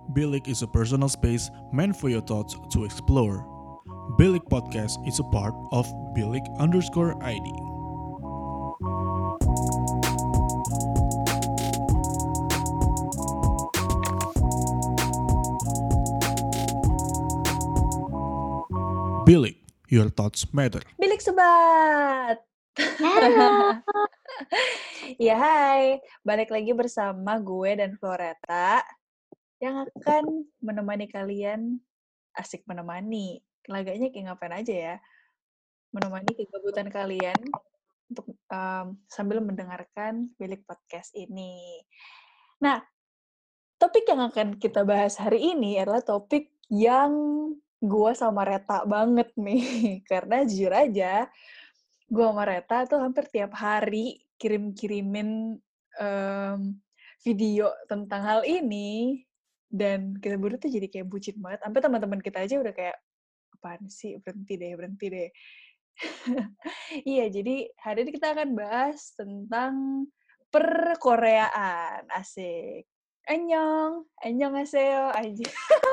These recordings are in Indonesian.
Bilik is a personal space meant for your thoughts to explore. Bilik Podcast is a part of Bilik_ID. Bilik, your thoughts matter. Bilik Sobat! Halo. Ya hai, balik lagi bersama gue dan Floreta yang akan menemani kalian, asik menemani, laganya kayak ngapain aja ya, menemani kegabutan kalian untuk sambil mendengarkan Bilik Podcast ini. Nah, topik yang akan kita bahas hari ini adalah topik yang gue sama Reta banget nih, karena jujur aja, gue sama Reta tuh hampir tiap hari kirim-kirimin video tentang hal ini, dan kita berdua tuh jadi kayak bucin banget. Sampai teman-teman kita aja udah kayak, apaan sih, berhenti deh. Iya, jadi hari ini kita akan bahas tentang perkoreaan. Asik. Annyeonghaseyo, aja.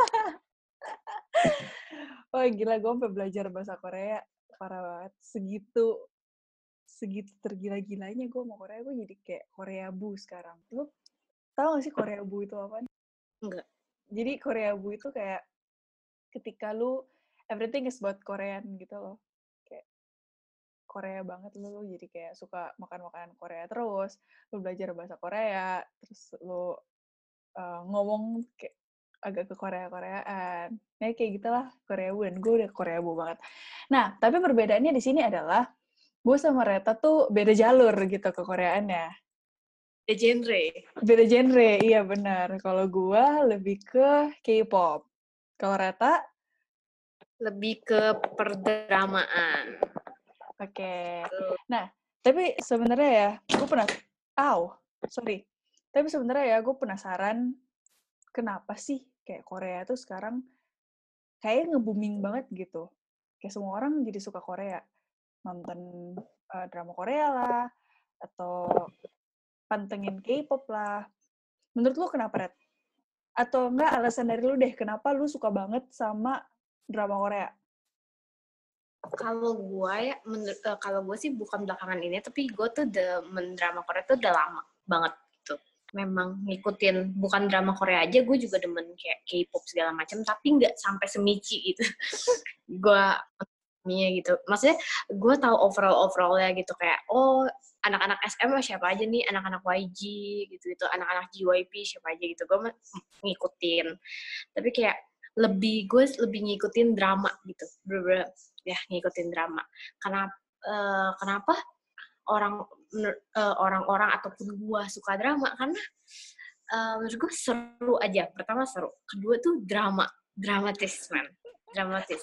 Oh gila, gue sampai belajar bahasa Korea. Parah banget. Segitu tergila-gilanya gue mau Korea, gue jadi kayak Korea Bu sekarang. Lu tau gak sih Korea Bu itu apa? Enggak. Jadi Korea Bu itu kayak ketika lu everything is about Korean gitu loh. Kayak Korea banget lu jadi kayak suka makan makanan Korea terus, lu belajar bahasa Korea, terus lu ngomong kayak agak ke Korea-Koreaan. Nah, kayak gitulah Korea Bu, dan gue udah Korea Bu banget. Nah, tapi perbedaannya di sini adalah gue sama Reta tuh beda jalur gitu ke Koreaannya. Beda genre, iya benar. Kalau gue lebih ke K-pop. Kalau Reta? Lebih ke perdramaan. Oke. Nah, tapi sebenarnya ya, gue Tapi sebenarnya ya, gue penasaran kenapa sih kayak Korea tuh sekarang kayak nge-booming banget gitu. Kayak semua orang jadi suka Korea. Nonton drama Korea lah, atau pantengin K-pop lah. Menurut lu kenapa, Red? Atau enggak alasan dari lu deh, kenapa lu suka banget sama drama Korea? Kalau gue sih bukan belakangan ini, tapi gue tuh drama Korea tuh udah lama banget gitu. Memang ngikutin bukan drama Korea aja, gue juga demen kayak K-pop segala macam, tapi nggak sampai semici gitu. Gue gitu. Maksudnya gue tahu overallnya gitu, kayak anak-anak SM siapa aja nih, anak-anak YG gitu, anak-anak JYP siapa aja gitu. Gue ngikutin. Tapi kayak gue lebih ngikutin drama gitu. Bener-bener ya ngikutin drama. Kenapa orang-orang ataupun gue suka drama? Karena menurut gue seru aja. Pertama seru. Kedua tuh dramatis, man. Dramatis.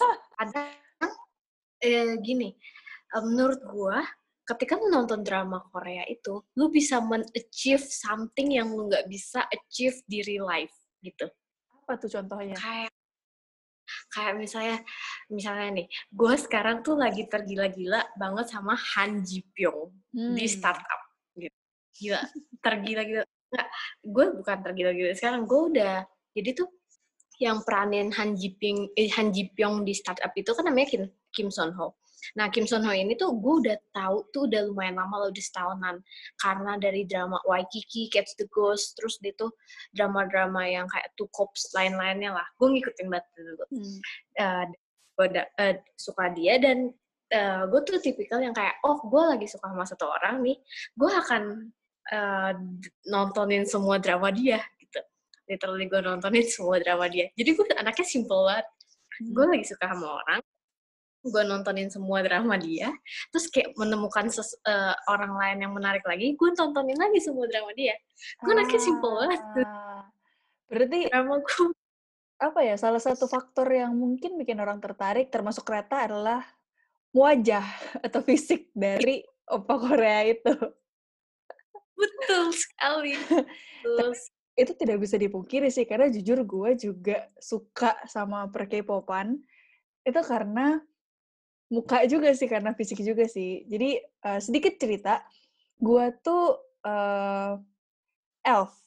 Gini, menurut gue, ketika lu nonton drama Korea itu, lu bisa men-achieve something yang lu nggak bisa achieve di real life, gitu. Apa tuh contohnya? Kayak misalnya nih, gue sekarang tuh lagi tergila-gila banget sama Han Ji Pyong di startup, gitu. Gila, tergila-gila. Nggak, gue bukan tergila-gila sekarang, gue udah, jadi tuh yang peranin Han Ji Pyong di startup itu kan namanya Kim Son Ho. Nah, Kim Son Ho ini tuh gue udah tahu tuh udah lumayan lama loh, udah setahunan. Karena dari drama Waikiki, Catch the Ghost, terus dia tuh drama-drama yang kayak Two Cops lain-lainnya lah. Gue ngikutin banget dulu. Gue suka dia, dan gue tuh tipikal yang kayak, gue lagi suka sama satu orang nih, gue akan nontonin semua drama dia, gitu. Literally gue nontonin semua drama dia. Jadi gue anaknya simple banget. Gue lagi suka sama orang, gue nontonin semua drama dia, terus kayak menemukan orang lain yang menarik lagi, gue tontonin lagi semua drama dia. Gue anaknya simple banget. Berarti drama gue apa ya, salah satu faktor yang mungkin bikin orang tertarik termasuk Reta adalah wajah atau fisik dari opa Korea itu. Betul sekali. Itu tidak bisa dipungkiri sih, karena jujur gue juga suka sama per-K-popan itu karena muka juga sih, karena fisik juga sih. Jadi sedikit cerita, gue tuh ELF.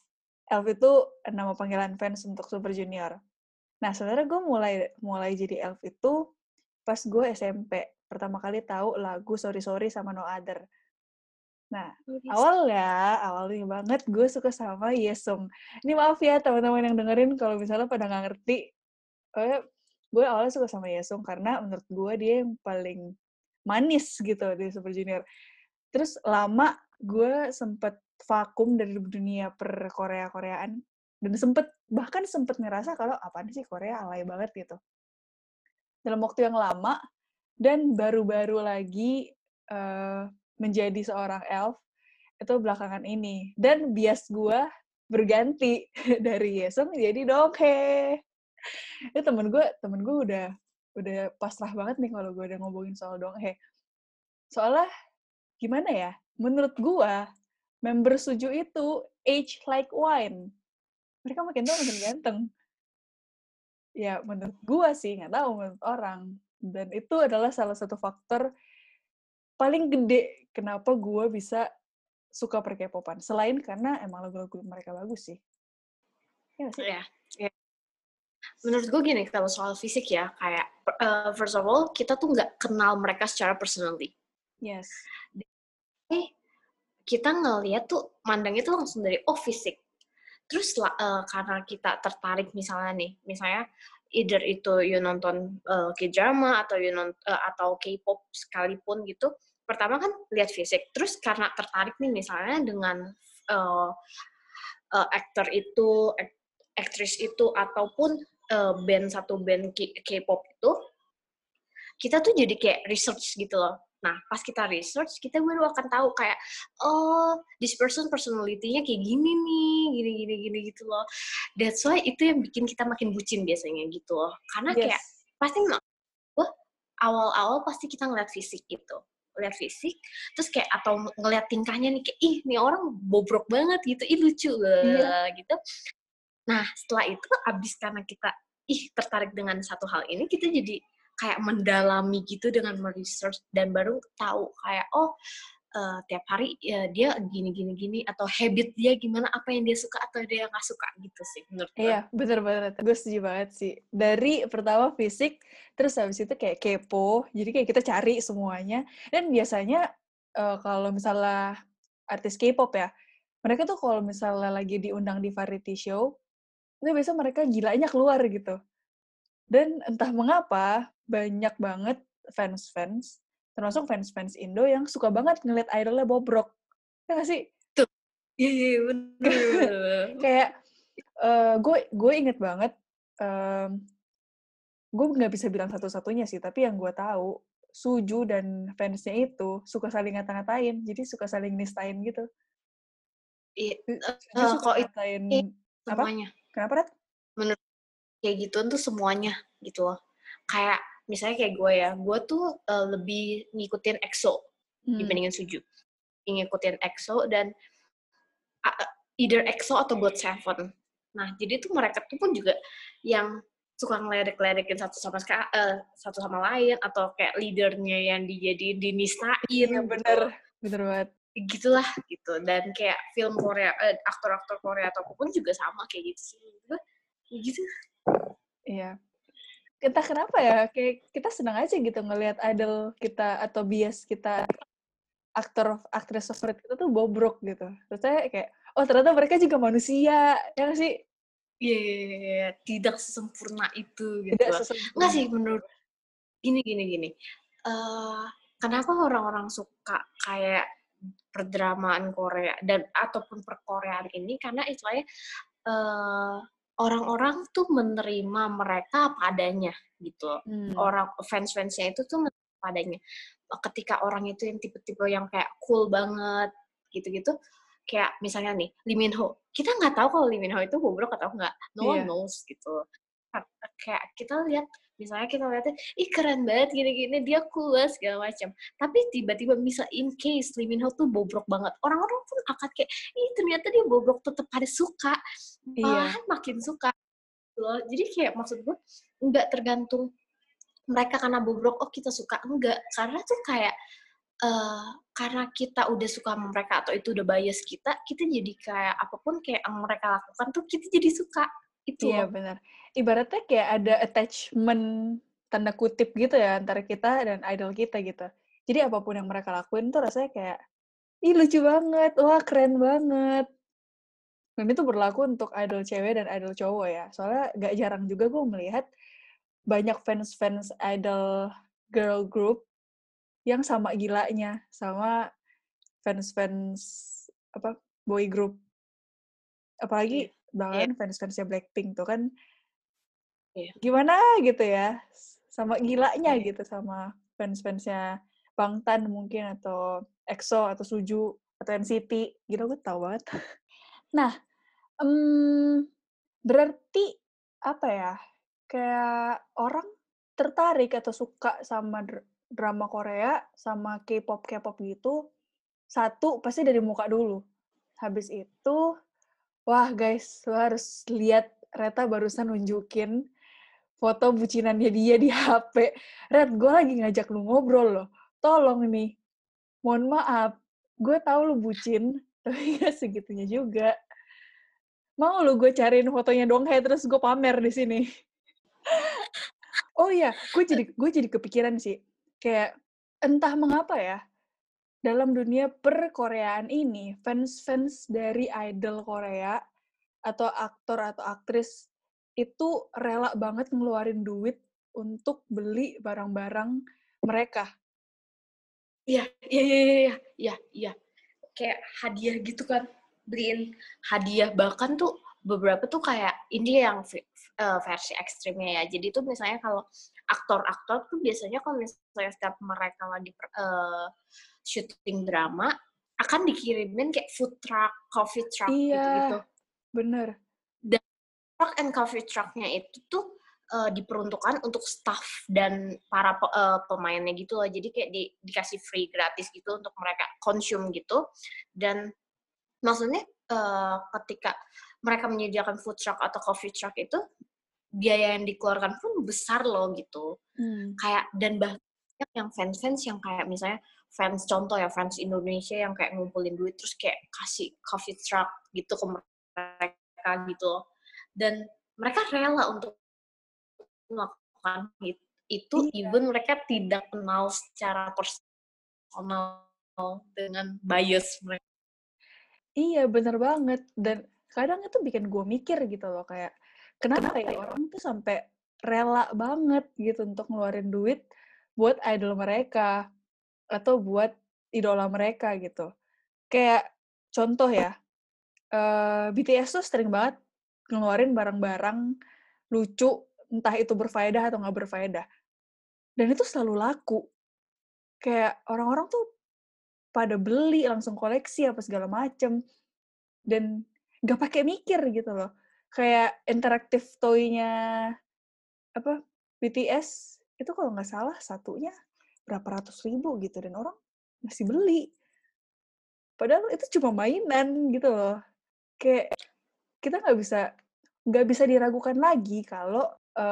Elf itu nama panggilan fans untuk Super Junior. Nah, sebenarnya gue mulai jadi Elf itu pas gue SMP. Pertama kali tahu lagu Sorry Sorry sama No Other. Nah, awalnya banget gue suka sama Yesung. Ini maaf ya teman-teman yang dengerin kalau misalnya pada nggak ngerti. Gue awalnya suka sama Yesung karena menurut gue dia yang paling manis gitu di Super Junior. Terus lama gue sempet vakum dari dunia per Korea-Koreaan dan bahkan sempet ngerasa kalau apaan sih Korea alay banget gitu. Dalam waktu yang lama dan baru-baru lagi menjadi seorang elf itu belakangan ini. Dan bias gue berganti dari Yesung jadi Donghae. Itu temen gue udah pasrah banget nih kalau gue udah ngomongin soal Donghae. Soalnya gimana ya? Menurut gue member Suju itu age like wine. Mereka makin tua makin ganteng. Ya menurut gue sih, nggak tahu menurut orang. Dan itu adalah salah satu faktor paling gede kenapa gue bisa suka per-K-popan. Selain karena emang lagu-lagu mereka bagus sih. Ya sih? Ya. Menurut gue gini, kalau soal fisik ya, kayak first of all, kita tuh nggak kenal mereka secara personally. Yes. Kita ngeliat tuh, mandangnya tuh langsung dari, fisik. Terus karena kita tertarik misalnya either itu you nonton K-drama atau atau K-pop sekalipun gitu, pertama kan lihat fisik. Terus karena tertarik nih misalnya dengan aktor itu, aktris itu, ataupun satu band K-pop itu, kita tuh jadi kayak research gitu loh. Nah, pas kita research, kita baru akan tahu kayak, this person personality-nya kayak gini nih, gini gitu loh. That's why itu yang bikin kita makin bucin biasanya gitu loh. Karena kayak, pasti awal-awal pasti kita ngeliat fisik gitu. Lihat fisik, terus kayak, atau ngeliat tingkahnya nih, kayak, ih, nih orang bobrok banget gitu, ih lucu gitu. Nah, setelah itu, abis karena kita, tertarik dengan satu hal ini, kita jadi kayak mendalami gitu dengan meresearch dan baru tahu kayak tiap hari dia gini atau habit dia gimana, apa yang dia suka atau dia nggak suka gitu sih menurut gue. Iya, bener banget. Gue setuju banget sih. Dari pertama fisik, terus habis itu kayak kepo. Jadi kayak kita cari semuanya. Dan biasanya kalau misalnya artis K-pop ya, mereka tuh kalau misalnya lagi diundang di variety show, itu biasa mereka gilanya keluar gitu. Dan entah mengapa, banyak banget fans-fans, termasuk fans-fans Indo yang suka banget ngeliat idolnya bobrok. Ya nggak sih? Tuh. Iya, bener. Kayak, gue inget banget, gue nggak bisa bilang satu-satunya sih, tapi yang gue tahu, Suju dan fansnya itu suka saling ngata-ngatain, jadi suka saling nistain gitu. Suju suka Kok ngatain, itu apa? semuanya. Kenapa, Rat? Menurut kayak gituan tuh semuanya gitu loh. Kayak misalnya kayak gue tuh lebih ngikutin EXO dibandingin Suju. Ngikutin EXO dan either EXO atau GOT7. Nah, jadi tuh mereka tuh pun juga yang suka ngeledek-ledekin satu sama lain, atau kayak leadernya yang dijadiin dinistain. Iya, bener banget. Gitulah gitu. Dan kayak film Korea, aktor-aktor Korea atau apapun juga sama kayak gitu sih. Kayak gitu. Iya. Entah kenapa ya, kayak kita senang aja gitu ngelihat idol kita atau bias kita, aktris favorit kita tuh bobrok gitu. Terus saya kayak, ternyata mereka juga manusia, ya nggak sih? Iya, tidak sesempurna itu gitu. Tidak sesempurna. Enggak sih, menurut gini. Kenapa orang-orang suka kayak perdramaan Korea dan ataupun perkoreaan ini, karena istilahnya orang-orang tuh menerima mereka apa adanya gitu. Orang fans-fansnya itu tuh menerima apa adanya. Ketika orang itu yang tipe-tipe yang kayak cool banget gitu-gitu, kayak misalnya nih Lee Min Ho, kita nggak tahu kalau Lee Min Ho itu bobrok atau enggak, no one knows gitu. Kayak kita lihatnya, ih keren banget gini-gini, dia cool banget segala macam. Tapi tiba-tiba bisa in case Lee Min Ho tuh bobrok banget, orang-orang pun akan kayak, ih ternyata dia bobrok, tetap pada suka, malahan makin suka loh. Jadi kayak maksud gue nggak tergantung mereka karena bobrok kita suka, enggak, karena tuh kayak karena kita udah suka sama mereka atau itu udah bias kita jadi kayak apapun kayak yang mereka lakukan tuh kita jadi suka. Itu Iya, loh. benar. Ibaratnya kayak ada attachment tanda kutip gitu ya antara kita dan idol kita gitu. Jadi apapun yang mereka lakuin tuh rasanya kayak, ih lucu banget, wah keren banget. Dan itu berlaku untuk idol cewek dan idol cowok ya. Soalnya gak jarang juga gue melihat banyak fans-fans idol girl group yang sama gilanya sama fans-fans apa boy group. Iya. Apalagi Iya. bahkan fans-fansnya Blackpink tuh kan Iya. gimana gitu ya, sama gilanya Iya. gitu sama fans-fansnya Bangtan mungkin atau EXO atau Suju atau NCT, gitu gue tau banget. Nah, berarti apa ya, kayak orang tertarik atau suka sama drama Korea, sama K-pop gitu, satu pasti dari muka dulu. Habis itu, wah guys, lo harus lihat Reta barusan nunjukin foto bucinannya dia di HP. Red, gue lagi ngajak lu ngobrol loh. Tolong nih, mohon maaf. Gue tahu lu bucin, tapi gak segitunya juga. Mau lu gue cariin fotonya dong, terus gue pamer di sini. Oh iya, gue jadi kepikiran sih. Kayak entah mengapa ya, dalam dunia per-Koreaan ini, fans-fans dari idol Korea atau aktor atau aktris itu rela banget ngeluarin duit untuk beli barang-barang mereka. Iya, iya, iya, iya, iya, iya. Kayak hadiah gitu kan, beliin hadiah, bahkan tuh beberapa tuh kayak ini yang versi ekstrimnya ya. Jadi tuh misalnya kalau aktor-aktor tuh biasanya kalau misalnya setiap mereka lagi syuting drama akan dikirimin kayak food truck, coffee truck gitu-gitu. Iya, bener. Dan truck and coffee truck-nya itu tuh diperuntukkan untuk staff dan para pemainnya gitu loh. Jadi kayak dikasih free gratis gitu untuk mereka consume gitu. Dan maksudnya ketika mereka menyediakan food truck atau coffee truck itu biaya yang dikeluarkan pun besar loh gitu. Kayak dan banyak yang fans-fans yang kayak misalnya fans contoh ya fans Indonesia yang kayak ngumpulin duit terus kayak kasih coffee truck gitu ke mereka gitu loh. Dan mereka rela untuk melakukan itu Iya. even mereka tidak kenal secara personal dengan bias mereka. Iya, bener banget. Dan kadang itu bikin gue mikir gitu loh, kayak kenapa ya orang tuh sampai rela banget gitu untuk ngeluarin duit buat idol mereka atau buat idola mereka gitu. Kayak contoh ya, BTS tuh sering banget ngeluarin barang-barang lucu, entah itu berfaedah atau nggak berfaedah. Dan itu selalu laku. Kayak orang-orang tuh pada beli, langsung koleksi apa segala macem. Dan nggak pakai mikir gitu loh. Kayak interactive toy-nya apa BTS itu kalau nggak salah satunya berapa ratus ribu gitu dan orang masih beli. Padahal itu cuma mainan gitu loh. Kayak kita nggak bisa diragukan lagi kalau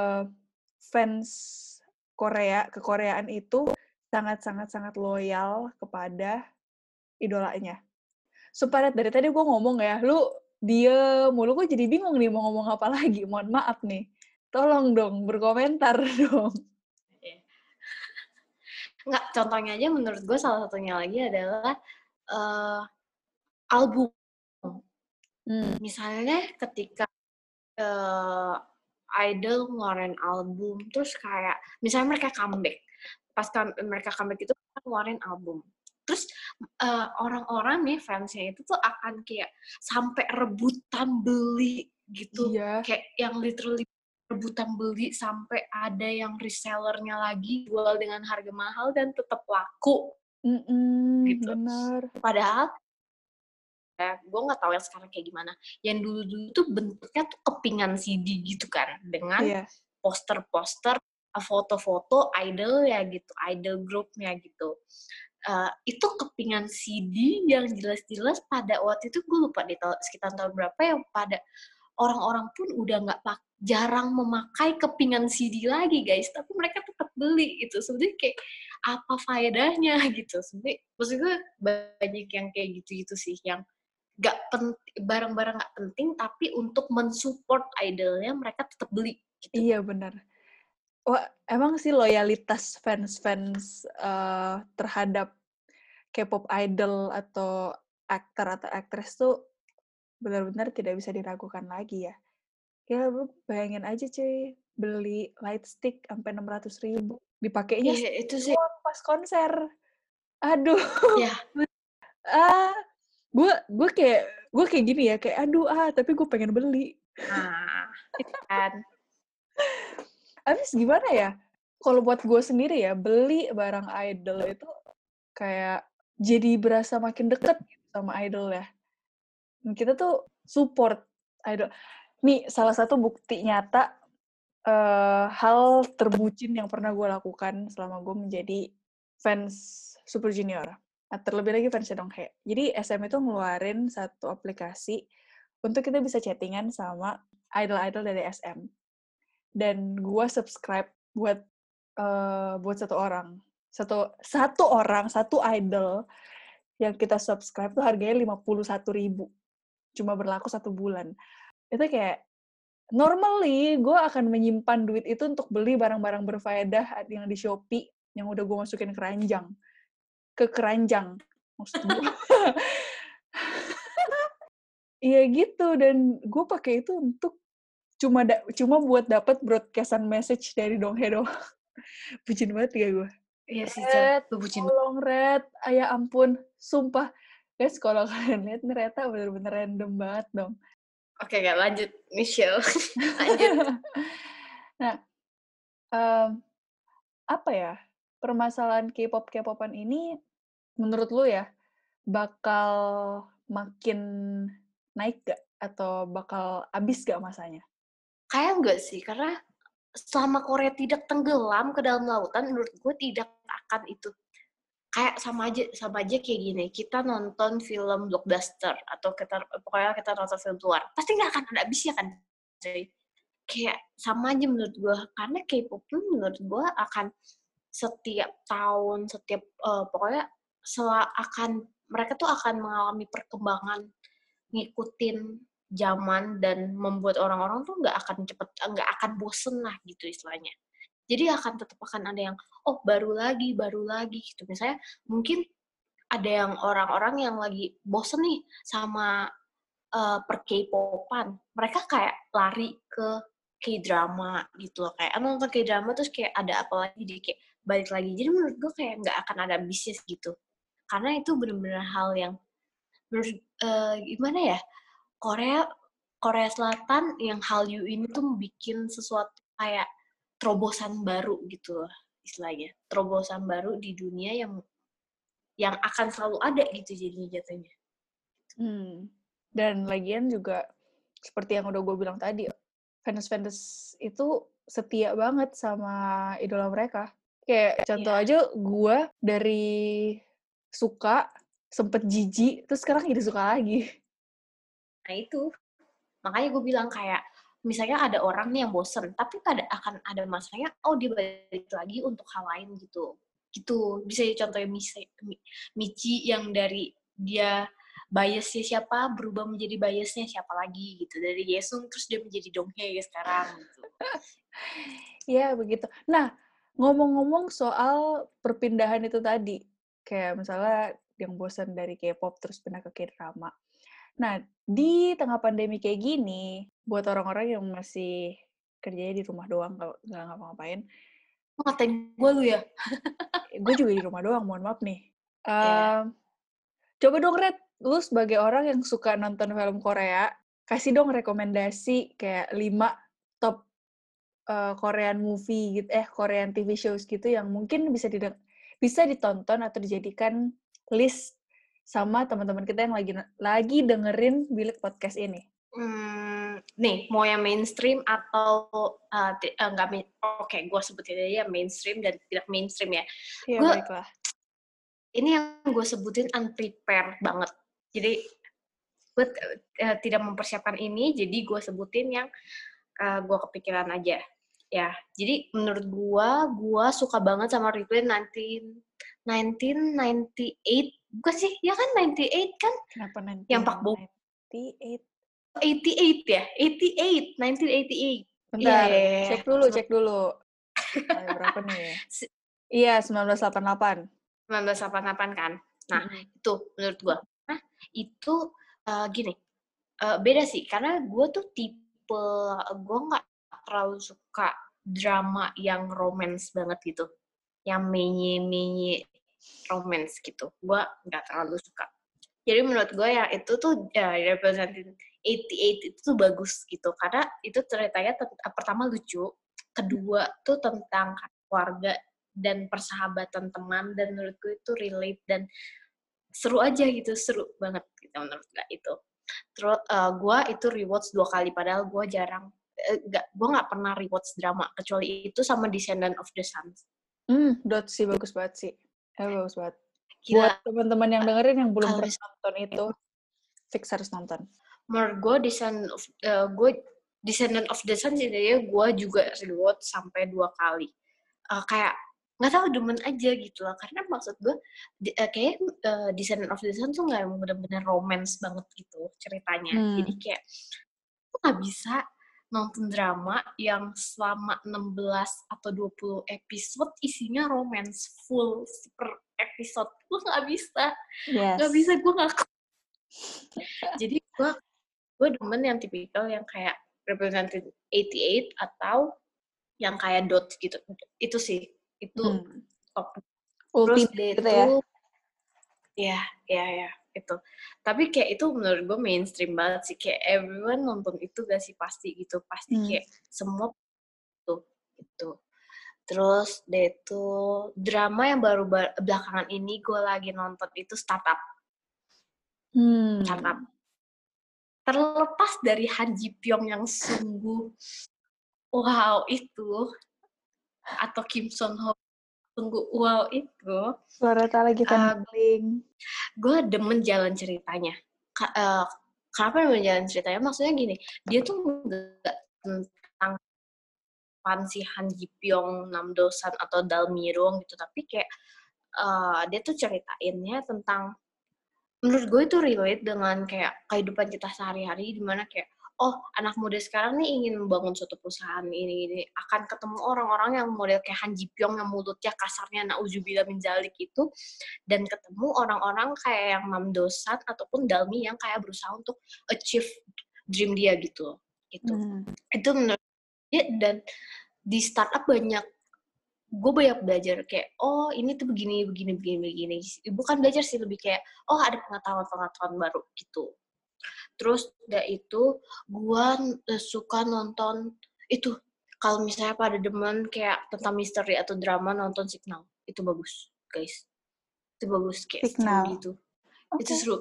fans Korea kekoreaan itu sangat loyal kepada idolanya. Sumpah dari tadi gue ngomong ya, lu diem mulu, gue jadi bingung nih mau ngomong apa lagi. Mohon maaf nih. Tolong dong, berkomentar dong. Nggak, contohnya aja menurut gue salah satunya lagi adalah album. Misalnya ketika idol ngeluarin album, terus kayak misalnya mereka comeback. Pas mereka comeback itu ngeluarin album. Terus orang-orang nih fansnya itu tuh akan kayak sampai rebutan beli gitu. Iya. Kayak yang literally rebutan beli sampai ada yang resellernya lagi jual dengan harga mahal dan tetap laku gitu. Benar. Padahal ya, gue nggak tahu yang sekarang kayak gimana. Yang dulu-dulu tuh bentuknya tuh kepingan CD gitu kan, dengan Iya. poster-poster, foto-foto idol ya gitu, idol grupnya gitu. Itu kepingan CD yang jelas-jelas pada waktu itu gue lupa di sekitar tahun berapa yang pada orang-orang pun udah nggak jarang memakai kepingan CD lagi guys, tapi mereka tetap beli gitu. Sebenarnya kayak apa faedahnya gitu. Sebenarnya maksud gue banyak yang kayak gitu-gitu sih, yang barang-barang nggak penting, tapi untuk mensupport idolnya mereka tetap beli gitu. Iya benar. Wah, emang sih loyalitas fans-fans terhadap K-pop idol atau aktor atau aktris tuh benar-benar tidak bisa diragukan lagi ya. Ya lu bayangin aja cuy, beli light stick sampai 600.000, dipakainya Iya itu sih. doang pas konser. Aduh, Ya, ah, gue kayak gini ya, kayak aduh tapi gue pengen beli. nah, itu kan. Habis gimana ya? Kalau buat gue sendiri ya, beli barang idol itu kayak jadi berasa makin deket gitu sama idol ya. Dan kita tuh support idol. Nih, salah satu bukti nyata hal terbucin yang pernah gue lakukan selama gue menjadi fans Super Junior. Nah, terlebih lagi fansnya Donghae. Jadi SM itu ngeluarin satu aplikasi untuk kita bisa chattingan sama idol-idol dari SM. Dan gue subscribe buat satu orang. Satu idol yang kita subscribe tuh harganya 51.000. Cuma berlaku 1 bulan. Itu kayak normally, gue akan menyimpan duit itu untuk beli barang-barang berfaedah yang di Shopee yang udah gue masukin ke keranjang. Maksud gue. Iya gitu, dan gue pakai itu untuk cuma buat dapat broadcastan message dari Donghae doang. Bucin banget ya gue. Iya sih, Red, bucin. tolong Red, ya ampun, sumpah. Guys, kalau kalian lihat nih Reta bener-bener random banget dong. Oke, lanjut Michelle. Lanjut. Nah, apa ya, permasalahan K-pop-K-popan ini menurut lu ya bakal makin naik gak? Atau bakal abis gak masanya? Kayak enggak sih, karena selama Korea tidak tenggelam ke dalam lautan, menurut gue tidak akan itu. Kayak sama aja kayak gini, kita nonton film blockbuster atau pokoknya kita nonton film luar, pasti nggak akan ada habisnya kan, cuy. Kayak sama aja menurut gue, karena K-pop tuh menurut gue akan setiap tahun, pokoknya mereka tuh akan mengalami perkembangan, ngikutin zaman, dan membuat orang-orang tuh nggak akan bosen lah gitu istilahnya. Jadi tetap akan ada yang baru lagi gitu. Misalnya mungkin ada yang orang-orang yang lagi bosen nih sama per K-popan, mereka kayak lari ke K-drama gitu loh, kayak nonton K-drama terus kayak ada apa lagi, dia kayak balik lagi. Jadi menurut gue kayak nggak akan ada bisnis gitu, karena itu benar-benar hal yang menurut gimana ya, Korea Selatan yang Hallyu ini tuh bikin sesuatu kayak terobosan baru gitu loh istilahnya, terobosan baru di dunia yang akan selalu ada gitu jatuhnya. Dan lagian juga seperti yang udah gue bilang tadi, fans itu setia banget sama idola mereka. Kayak contoh aja gue dari suka, sempet jijik, terus sekarang jadi suka lagi. Nah itu, makanya gue bilang kayak, misalnya ada orang nih yang bosen, tapi akan ada masanya, dia balik lagi untuk hal lain gitu. Gitu, bisa contohnya Michi yang dari dia biasnya siapa, berubah menjadi biasnya siapa lagi gitu. Dari Yesung, terus dia menjadi Donghae sekarang gitu. Ya, begitu. Nah, ngomong-ngomong soal perpindahan itu tadi, kayak misalnya yang bosan dari K-pop terus pindah ke K-drama. Nah, di tengah pandemi kayak gini, buat orang-orang yang masih kerjanya di rumah doang, kalau nggak ngapa-ngapain. Ngatain gue lu ya? Gue juga di rumah doang, mohon maaf nih. Coba dong, Red, lu sebagai orang yang suka nonton film Korea, kasih dong rekomendasi kayak 5 top Korean movie gitu, Korean TV shows gitu yang mungkin bisa ditonton atau dijadikan list sama teman-teman kita yang lagi dengerin Bilik Podcast ini. Nih, mau yang mainstream atau nggak oke, gue sebutin aja mainstream dan tidak mainstream ya. Iya, baiklah. Ini yang gue sebutin unprepared banget. Jadi, gue tidak mempersiapkan ini, jadi gue sebutin yang gue kepikiran aja. Ya, jadi menurut gua suka banget sama Replay 1998. Bukan sih? Ya kan 98 kan? Kenapa Yang Pak Bo 1998? 88 ya? 88, 1988. Iya, Bentar, iya, iya, iya. cek dulu. Berapa nih? Iya, 1988. 1988 kan? Nah, Mm-mm. itu menurut gua. Nah, itu gini, beda sih. Karena gua tuh tipe, gua nggak terlalu suka drama yang romance banget gitu. Yang menye-menye romance gitu. Gua nggak terlalu suka. Jadi menurut gue ya itu tuh Representing 88 itu tuh bagus gitu. Karena itu ceritanya pertama lucu, kedua tuh tentang keluarga dan persahabatan teman, dan menurut gue itu relate dan seru aja gitu, seru banget gitu menurut gue itu. Terus gue itu rewatch 2 kali, padahal gue jarang, gue nggak pernah rewatch drama kecuali itu sama Descendant of the Sun. Dot sih bagus banget sih. Bagus banget. Gila. Buat teman-teman yang dengerin yang belum Kalau pernah nonton itu, fix harus nonton. Menurut gue Descendant of the Sun sebenarnya gue juga rewatch sampai 2 kali. Kayak nggak tahu, demen aja gitu lah. Karena maksud gue kayak Descendant of the Sun tuh nggak bener-bener romance banget gitu ceritanya. Jadi kayak gue nggak bisa nonton drama yang selama 16 atau 20 episode isinya romance full per episode. Gue nggak bisa. Yes. Nggak bisa, gue nggak. Jadi gue demen yang tipikal yang kayak Represented 88 atau yang kayak Dot gitu. Itu sih, itu top. Terus Ultimate dia gitu ya? Ya, itu. Tapi kayak itu menurut gue mainstream banget sih. Kayak everyone nonton itu gak sih, pasti gitu. Pasti kayak semua tuh gitu. Terus dia itu drama yang baru belakangan ini gue lagi nonton itu Startup. Startup. Terlepas dari Han Ji Pyong yang sungguh wow itu, atau Kim Son Ho sungguh wow itu, Loretta lagi fanboying. Gue demen jalan ceritanya. Kenapa demen jalan ceritanya? Maksudnya gini, dia tuh nggak tentang si Han Ji Pyong, Nam Do San atau Dalmirong gitu, tapi kayak dia tuh ceritainnya tentang, menurut gue itu relate dengan kayak kehidupan kita sehari-hari, dimana kayak anak muda sekarang nih ingin membangun suatu perusahaan ini akan ketemu orang-orang yang model kayak Han Ji Pyong yang mulutnya kasarnya nauzubillah min dzalik itu, dan ketemu orang-orang kayak yang Mam Dosan ataupun Dalmi yang kayak berusaha untuk achieve dream dia gitu. Itu menurut dia. Dan di startup gue banyak belajar kayak ini tuh begini. Bukan belajar sih, lebih kayak ada pengetahuan baru gitu. Terus udah itu gue suka nonton itu, kalau misalnya pada demen kayak tentang misteri atau drama, nonton Signal. Itu bagus guys, itu bagus, kayak seru gitu. Itu seru,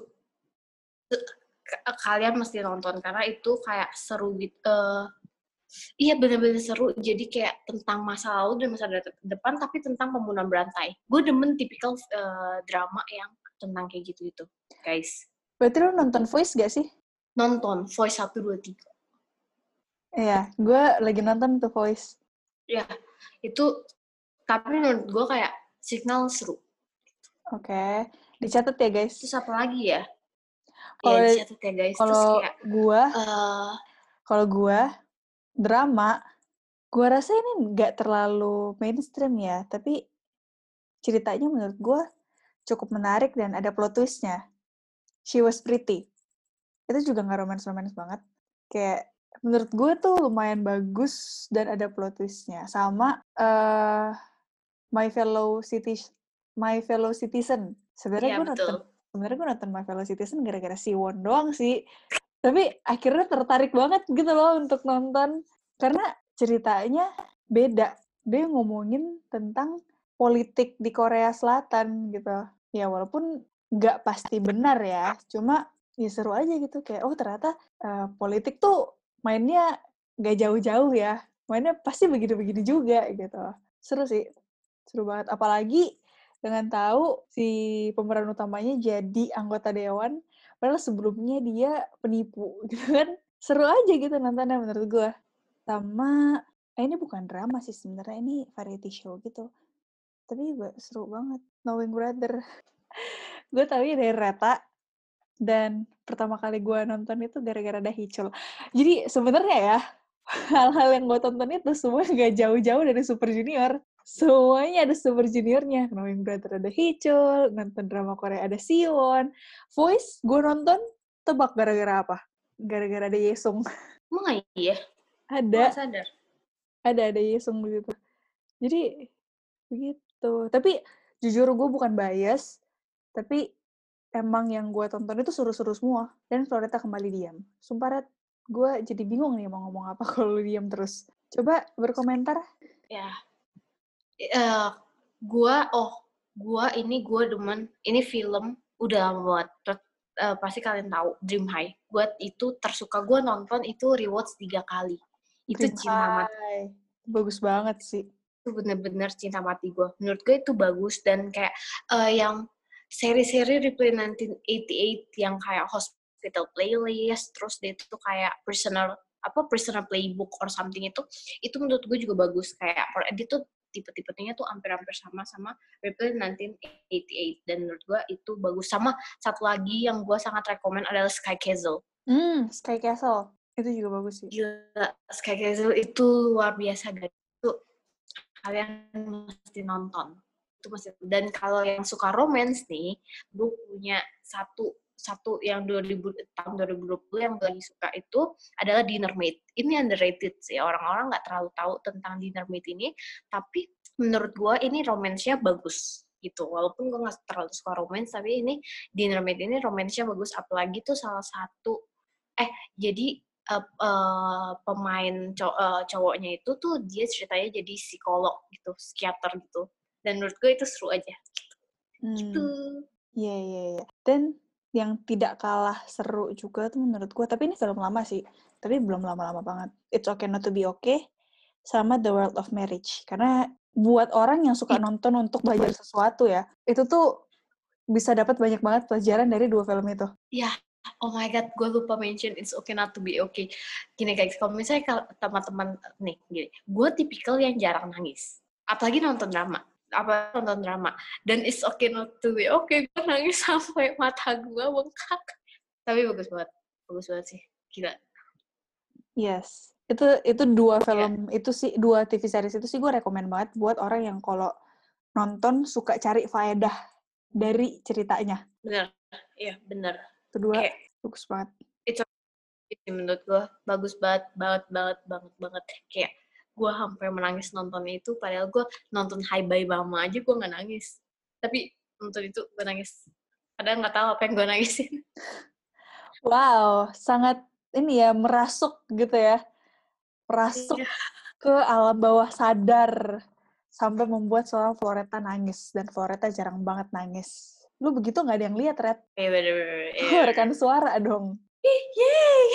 kalian mesti nonton karena itu kayak seru gitu. Iya, benar-benar seru. Jadi kayak tentang masa lalu dan masa depan, tapi tentang pembunuhan berantai. Gue demen tipikal drama yang tentang kayak gitu, guys. Berarti lo nonton Voice gak sih? Nonton Voice 1, 2, 3. Iya, gue lagi nonton tuh Voice. Ya, itu. Tapi menurut gue kayak Signal seru. Oke. Dicatat ya, guys. Terus apa lagi ya? Kalau dicatat ya, guys. Terus kayak kalau gue drama, gue rasa ini nggak terlalu mainstream ya, tapi ceritanya menurut gue cukup menarik dan ada plot twist-nya. She Was Pretty. Itu juga nggak romance-romance banget. Kayak menurut gue tuh lumayan bagus dan ada plot twist-nya. Sama My Fellow Citizen. Sebenarnya gue nonton My Fellow Citizen gara-gara Siwon doang sih. Tapi akhirnya tertarik banget gitu loh untuk nonton. Karena ceritanya beda. Dia ngomongin tentang politik di Korea Selatan gitu. Ya walaupun nggak pasti benar ya. Cuma ya seru aja gitu. Kayak ternyata politik tuh mainnya nggak jauh-jauh ya. Mainnya pasti begini-begini juga gitu. Seru sih. Seru banget. Apalagi dengan tahu si pemeran utamanya jadi anggota dewan. Padahal sebelumnya dia penipu gitu kan. Seru aja gitu nontonnya menurut gue. Sama Ini bukan drama sih sebenarnya, ini variety show gitu. Tapi seru banget. Knowing Brother. Gue taunya dari Reta, dan pertama kali gue nonton itu gara-gara ada Hicul. Jadi sebenarnya ya, hal-hal yang gue tonton itu semua gak jauh-jauh dari Super Junior. Semuanya ada Super Juniornya. Knowing Brother ada Hicul, nonton drama Korea ada Siwon. Voice gue nonton, tebak gara-gara apa? Gara-gara ada Yesung. Emang iya? Gue Ada, gak sadar. ada Yesung begitu. Jadi begitu. Tapi jujur gue bukan bias, tapi emang yang gue tonton itu seru-seru semua. Dan Floreta kembali diam. Sumpah, Red, gue jadi bingung nih mau ngomong apa kalau lu diam terus. Coba berkomentar. Ya. Gue demen. Ini film udah lama banget. Pasti kalian tahu Dream High. Gue itu tersuka. Gue nonton itu rewatch 3 kali. Itu Dream cinta mati. High. Bagus banget sih. Itu bener-bener cinta mati gue. Menurut gue itu bagus. Dan kayak yang seri-seri Replay 1988 yang kayak Hospital Playlist, terus dia itu kayak Prisoner Playbook or something, itu menurut gue juga bagus. Kayak dia tuh tipe-tipenya tuh hampir-hampir sama Replay 1988, dan menurut gue itu bagus. Sama satu lagi yang gue sangat rekomen adalah Sky Castle. Sky Castle. Itu juga bagus sih. Gila, Sky Castle itu luar biasa, guys. Itu kalian mesti nonton. Itu mesti. Dan kalau yang suka romance nih, gue punya satu yang tahun 2020 yang gue lagi suka itu adalah Dinner Maid. Ini underrated sih, orang-orang nggak terlalu tahu tentang Dinner Maid ini, tapi menurut gue ini romansnya bagus gitu. Walaupun gue nggak terlalu suka romance, tapi ini Dinner Maid ini romansnya bagus. Apalagi tuh salah satu jadi pemain cowoknya itu tuh dia ceritanya jadi psikolog gitu, psikiater gitu. Dan menurut gue itu seru aja. Gitu. Iya. Dan yang tidak kalah seru juga tuh menurut gue, tapi ini film lama sih, tapi belum lama-lama banget. It's Okay Not to Be Okay sama The World of Marriage. Karena buat orang yang suka nonton untuk belajar sesuatu ya, itu tuh bisa dapat banyak banget pelajaran dari dua film itu. Iya. Oh my God, gue lupa mention It's Okay Not to Be Okay. Gini guys, kalau misalnya teman-teman nih, gini, gue tipikal yang jarang nangis. Apalagi nonton drama. Dan It's Okay Not to Be Okay, gue nangis sampai mata gue bengkak. Tapi bagus banget sih, gila. Yes, itu dua film itu sih, dua TV series itu sih gue rekomen banget buat orang yang kalau nonton suka cari faedah dari ceritanya. Bener, iya bener. Kedua, bagus banget. Menurut gue bagus banget. Kayak gue hampir menangis nontonnya itu, padahal gue nonton Hi Bye Mama aja gue nggak nangis. Tapi nonton itu gue nangis. Padahal nggak tahu apa yang gue nangisin. Wow, sangat ini ya, merasuk gitu ya. Merasuk ke alam bawah sadar. Sampai membuat seorang Floreta nangis. Dan Floreta jarang banget nangis. Lu begitu nggak ada yang lihat, Red? Iya, bener. Rekan suara dong. Yeay!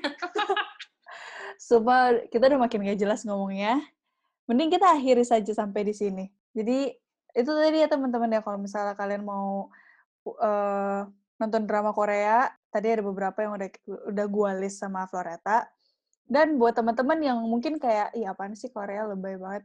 Sumpah, kita udah makin gak jelas ngomongnya. Mending kita akhiri saja sampai di sini. Jadi, itu tadi ya teman-teman ya, kalau misalnya kalian mau nonton drama Korea, tadi ada beberapa yang udah gue list sama Floreta. Dan buat teman-teman yang mungkin kayak, iya apaan sih Korea, lebay banget.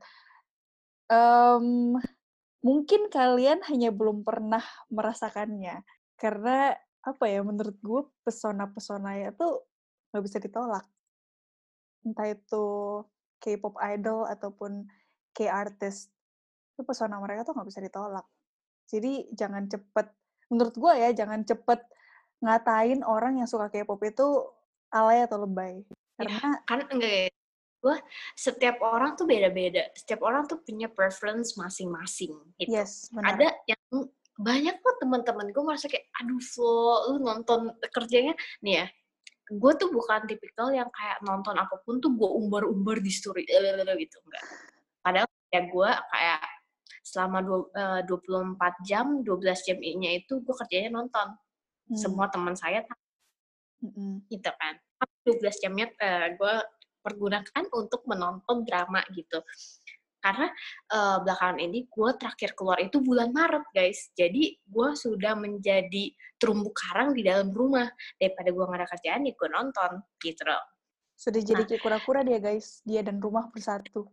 Mungkin kalian hanya belum pernah merasakannya. Karena, apa ya, menurut gue pesona-pesonanya tuh gak bisa ditolak. Entah itu K-pop idol ataupun K-artist. Itu pesona mereka tuh gak bisa ditolak. Jadi jangan cepet, menurut gue ya, jangan cepet ngatain orang yang suka K-pop itu alay atau lebay. Karena kan enggak, gue setiap orang tuh beda-beda. Setiap orang tuh punya preference masing-masing gitu. Yes, benar. Ada yang banyak kok teman-teman gue merasa kayak, aduh Flo, lu nonton kerjanya nih ya. Gue tuh bukan tipikal yang kayak nonton apapun tuh gue umbar-umbar di story gitu, enggak. Padahal ya gue kayak selama 24 jam, 12 jam-nya itu gue kerjanya nonton. Semua teman saya gitu kan. 12 jamnya gue pergunakan untuk menonton drama gitu. Karena belakangan ini gue terakhir keluar itu bulan Maret, guys. Jadi gue sudah menjadi terumbu karang di dalam rumah. Daripada gue nggak ada kerjaan, ya gue nonton gitu loh. Sudah jadi kayak kura-kura dia guys, dia dan rumah bersatu.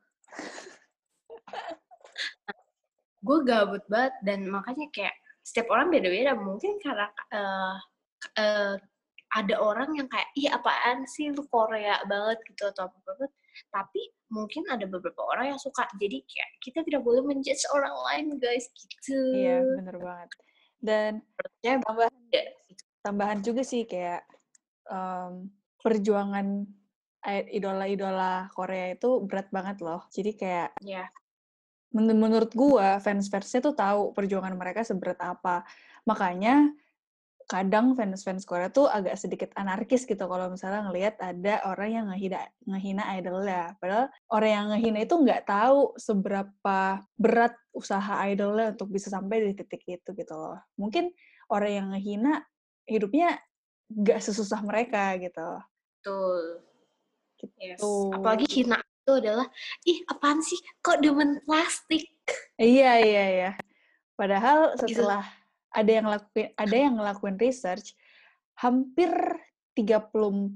Gue gabut banget dan makanya kayak setiap orang beda-beda. Mungkin karena ada orang yang kayak, ih apaan sih lu Korea banget gitu atau apa-apa. Tapi mungkin ada beberapa orang yang suka. Jadi kayak kita tidak boleh menjudge orang lain guys gitu. Iya, bener banget. Dan tambahan juga sih kayak perjuangan idola-idola Korea itu berat banget loh. Jadi kayak menurut gua fans-fansnya tuh tahu perjuangan mereka seberat apa. Makanya kadang fans Korea tuh agak sedikit anarkis gitu kalau misalnya ngelihat ada orang yang ngehina idolnya. Padahal orang yang ngehina itu nggak tahu seberapa berat usaha idolnya untuk bisa sampai di titik itu gitu loh. Mungkin orang yang ngehina hidupnya nggak sesusah mereka gitu. Betul. Gitu. Yes. Apalagi hina itu adalah, ih apaan sih kok demen plastik? Iya. Padahal setelah ada yang ngelakuin research, hampir 3/4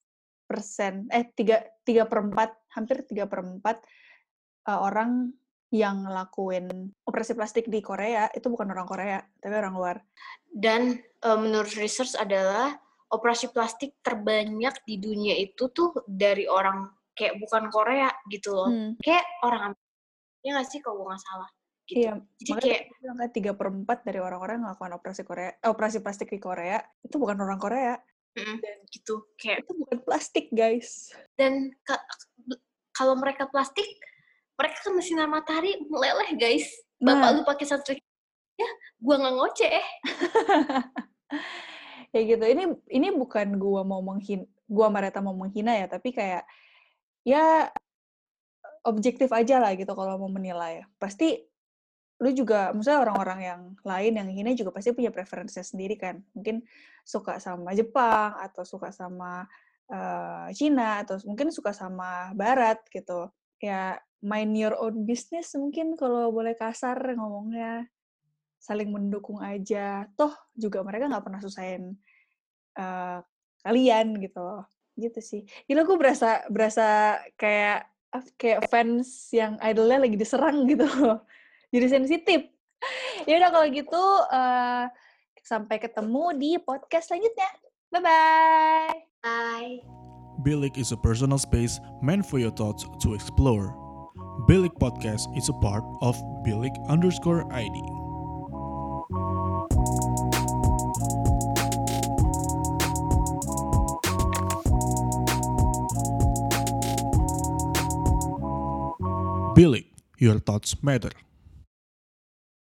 orang yang ngelakuin operasi plastik di Korea itu bukan orang Korea, tapi orang luar. Dan menurut research adalah operasi plastik terbanyak di dunia itu tuh dari orang kayak bukan Korea gitu loh. Kayak orang Amerika, ya nggak sih kalau gue nggak salah. Gitu. Iya, jadi kayak 3/4 dari orang-orang yang melakukan operasi plastik di Korea itu bukan orang Korea. Dan gitu kayak itu bukan plastik guys. Dan kalau mereka plastik, mereka kena sinar matahari meleleh guys. Bapak lu pakai sunscreen, ya gua nggak ngoceh. Ya gitu. Ini bukan gua sama Reta mau menghina ya, tapi kayak ya objektif aja lah gitu kalau mau menilai. Pasti lu juga, maksudnya orang-orang yang lain yang hina juga pasti punya preferensinya sendiri kan. Mungkin suka sama Jepang, atau suka sama Cina, atau mungkin suka sama Barat gitu. Ya mind your own business mungkin kalau boleh kasar ngomongnya. Saling mendukung aja. Toh juga mereka nggak pernah susahin kalian gitu loh. Gitu sih. Gila gue berasa kayak fans yang idolnya lagi diserang gitu loh. Jadi sensitif. Ya udah kalau gitu sampai ketemu di podcast selanjutnya. Bye-bye. Bye. Bilik is a personal space meant for your thoughts to explore. Bilik Podcast is a part of Bilik_ID. Bilik, your thoughts matter.